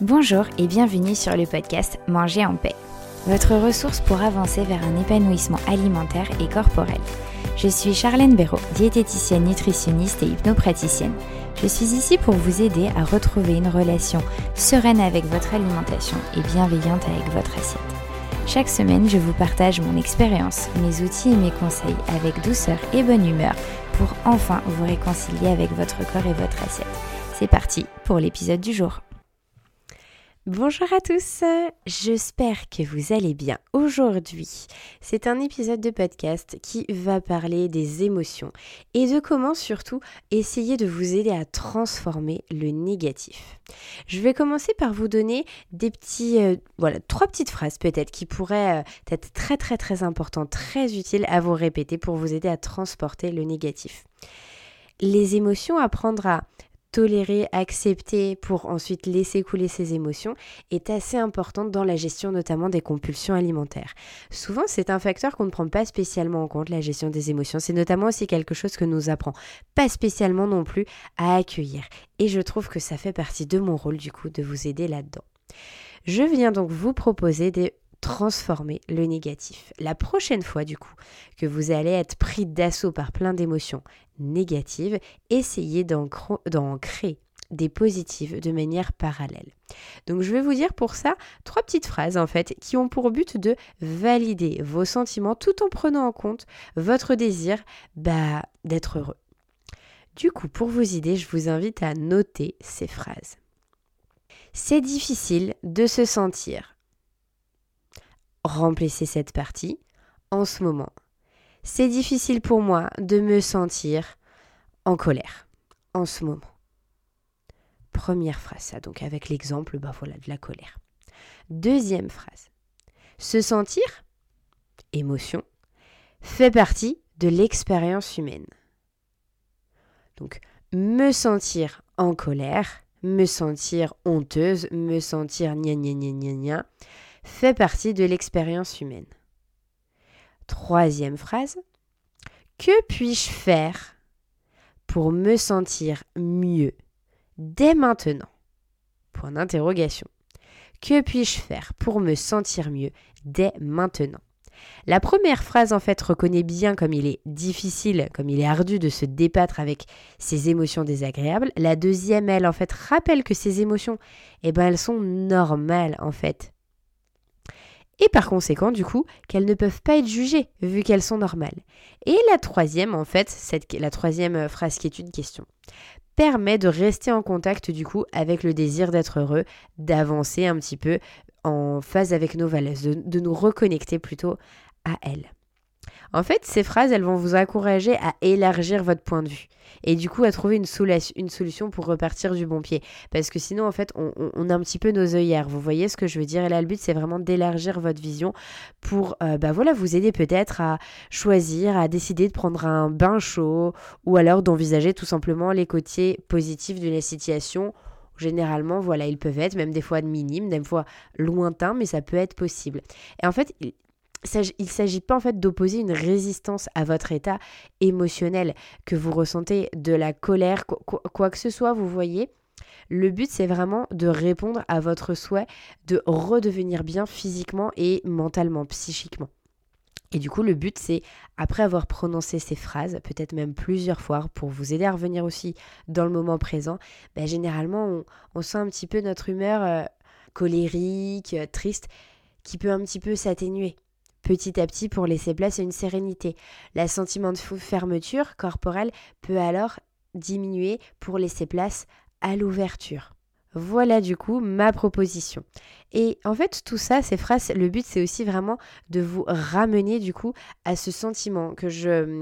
Bonjour et bienvenue sur le podcast Manger en paix, votre ressource pour avancer vers un épanouissement alimentaire et corporel. Je suis Charlène Béraud, diététicienne, nutritionniste et hypnopraticienne. Je suis ici pour vous aider à retrouver une relation sereine avec votre alimentation et bienveillante avec votre assiette. Chaque semaine, je vous partage mon expérience, mes outils et mes conseils avec douceur et bonne humeur pour enfin vous réconcilier avec votre corps et votre assiette. C'est parti pour l'épisode du jour. Bonjour à tous, j'espère que vous allez bien. Aujourd'hui, c'est un épisode de podcast qui va parler des émotions et de comment surtout essayer de vous aider à transformer le négatif. Je vais commencer par vous donner des trois petites phrases peut-être qui pourraient être très importantes, très utiles à vous répéter pour vous aider à transporter le négatif. Les émotions, apprendre à tolérer, accepter pour ensuite laisser couler ses émotions est assez importante dans la gestion notamment des compulsions alimentaires. Souvent, c'est un facteur qu'on ne prend pas spécialement en compte, la gestion des émotions. C'est notamment aussi quelque chose que nous apprend pas spécialement non plus à accueillir. Et je trouve que ça fait partie de mon rôle du coup de vous aider là-dedans. Je viens donc vous proposer de transformer le négatif. La prochaine fois du coup que vous allez être pris d'assaut par plein d'émotions négatives, essayez d'en créer des positives de manière parallèle. Donc je vais vous dire pour ça 3 petites phrases en fait qui ont pour but de valider vos sentiments tout en prenant en compte votre désir d'être heureux. Du coup, pour vos idées, je vous invite à noter ces phrases. C'est difficile de se sentir. Remplissez cette partie en ce moment. C'est difficile pour moi de me sentir en colère en ce moment. Première phrase, ça donc avec l'exemple de la colère. Deuxième phrase. Se sentir, émotion, fait partie de l'expérience humaine. Donc, me sentir en colère, me sentir honteuse, me sentir gna fait partie de l'expérience humaine. Troisième phrase. Que puis-je faire pour me sentir mieux dès maintenant ? Point d'interrogation. Que puis-je faire pour me sentir mieux dès maintenant ? La première phrase en fait reconnaît bien comme il est difficile, comme il est ardu de se débattre avec ces émotions désagréables. La deuxième, elle en fait rappelle que ces émotions, elles sont normales en fait. Et par conséquent, du coup, qu'elles ne peuvent pas être jugées, vu qu'elles sont normales. Et la troisième, en fait, la troisième phrase qui est une question, permet de rester en contact, du coup, avec le désir d'être heureux, d'avancer un petit peu en phase avec nos valeurs, de nous reconnecter plutôt à elles. En fait, ces phrases, elles vont vous encourager à élargir votre point de vue et du coup à trouver une solution pour repartir du bon pied. Parce que sinon, en fait, on a un petit peu nos œillères. Vous voyez ce que je veux dire ? Et là, le but, c'est vraiment d'élargir votre vision pour vous aider peut-être à choisir, à décider de prendre un bain chaud ou alors d'envisager tout simplement les côtés positifs d'une situation. Généralement, ils peuvent être même des fois minimes, des fois lointains, mais ça peut être possible. Et en fait, il ne s'agit pas en fait d'opposer une résistance à votre état émotionnel que vous ressentez, de la colère, quoi que ce soit, vous voyez. Le but, c'est vraiment de répondre à votre souhait de redevenir bien physiquement et mentalement, psychiquement. Et du coup, le but, c'est, après avoir prononcé ces phrases, peut-être même plusieurs fois, pour vous aider à revenir aussi dans le moment présent, généralement, on sent un petit peu notre humeur colérique, triste, qui peut un petit peu s'atténuer petit à petit pour laisser place à une sérénité. Le sentiment de fermeture corporelle peut alors diminuer pour laisser place à l'ouverture. Voilà du coup ma proposition. Et en fait tout ça, ces phrases, le but c'est aussi vraiment de vous ramener du coup à ce sentiment que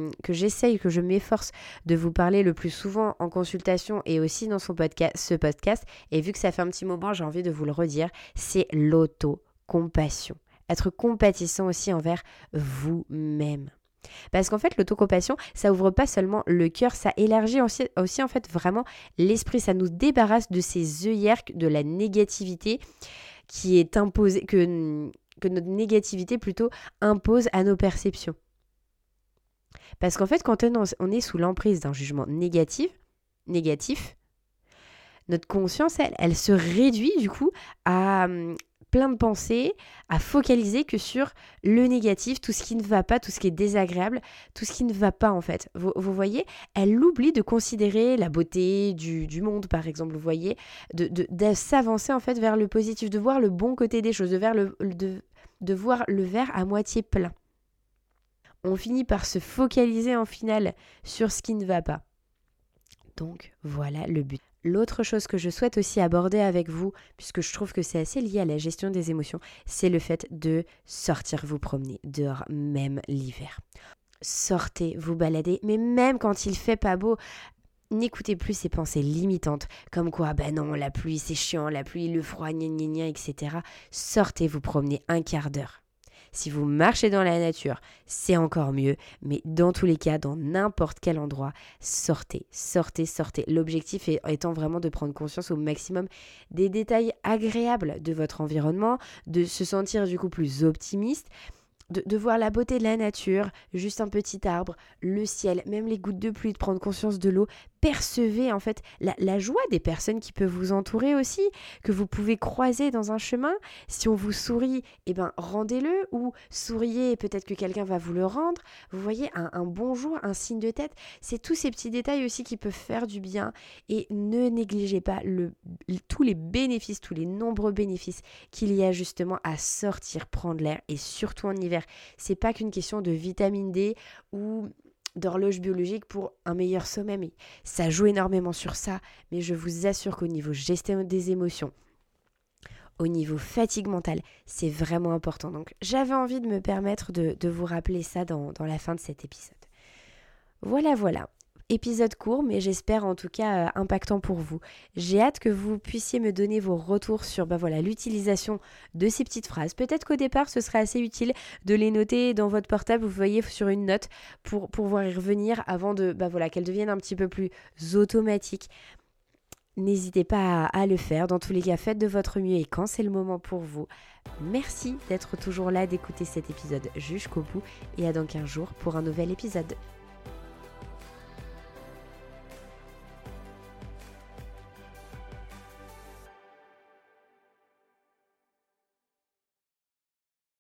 je m'efforce de vous parler le plus souvent en consultation et aussi dans ce podcast. Et vu que ça fait un petit moment, j'ai envie de vous le redire, c'est l'auto-compassion. Être compatissant aussi envers vous-même. Parce qu'en fait, l'autocompassion, ça ouvre pas seulement le cœur, ça élargit aussi en fait vraiment l'esprit. Ça nous débarrasse de ces œillères de la négativité qui est imposée, que notre négativité plutôt impose à nos perceptions. Parce qu'en fait, quand on est sous l'emprise d'un jugement négatif, Notre conscience, elle se réduit du coup à plein de pensées, à focaliser que sur le négatif, tout ce qui ne va pas, tout ce qui est désagréable, tout ce qui ne va pas en fait. Vous voyez, elle oublie de considérer la beauté du monde par exemple, vous voyez, de s'avancer en fait vers le positif, de voir le bon côté des choses, de voir le verre à moitié plein. On finit par se focaliser en finale sur ce qui ne va pas. Donc voilà le but. L'autre chose que je souhaite aussi aborder avec vous, puisque je trouve que c'est assez lié à la gestion des émotions, c'est le fait de sortir vous promener dehors, même l'hiver. Sortez, vous baladez, mais même quand il fait pas beau, n'écoutez plus ces pensées limitantes, comme quoi, ben non, la pluie c'est chiant, la pluie, le froid, gna gna gna, etc. Sortez vous promener un quart d'heure. Si vous marchez dans la nature, c'est encore mieux, mais dans tous les cas, dans n'importe quel endroit, sortez, sortez, sortez. L'objectif étant vraiment de prendre conscience au maximum des détails agréables de votre environnement, de se sentir du coup plus optimiste, de voir la beauté de la nature, juste un petit arbre, le ciel, même les gouttes de pluie, de prendre conscience de l'eau. Percevez en fait la joie des personnes qui peuvent vous entourer aussi, que vous pouvez croiser dans un chemin. Si on vous sourit, eh ben rendez-le, ou souriez et peut-être que quelqu'un va vous le rendre. Vous voyez, un bonjour, un signe de tête, c'est tous ces petits détails aussi qui peuvent faire du bien. Et ne négligez pas tous les bénéfices, tous les nombreux bénéfices qu'il y a justement à sortir, prendre l'air, et surtout en hiver. C'est pas qu'une question de vitamine D ou d'horloge biologique pour un meilleur sommeil, mais ça joue énormément sur ça, mais je vous assure qu'au niveau gestion des émotions, au niveau fatigue mentale, c'est vraiment important. Donc j'avais envie de me permettre de vous rappeler ça dans la fin de cet épisode. Voilà. Épisode court, mais j'espère en tout cas impactant pour vous. J'ai hâte que vous puissiez me donner vos retours sur l'utilisation de ces petites phrases. Peut-être qu'au départ, ce serait assez utile de les noter dans votre portable, vous voyez, sur une note, pour pouvoir y revenir avant qu'elles deviennent un petit peu plus automatiques. N'hésitez pas à le faire. Dans tous les cas, faites de votre mieux et quand c'est le moment pour vous. Merci d'être toujours là, d'écouter cet épisode jusqu'au bout, et à dans 15 jours pour un nouvel épisode.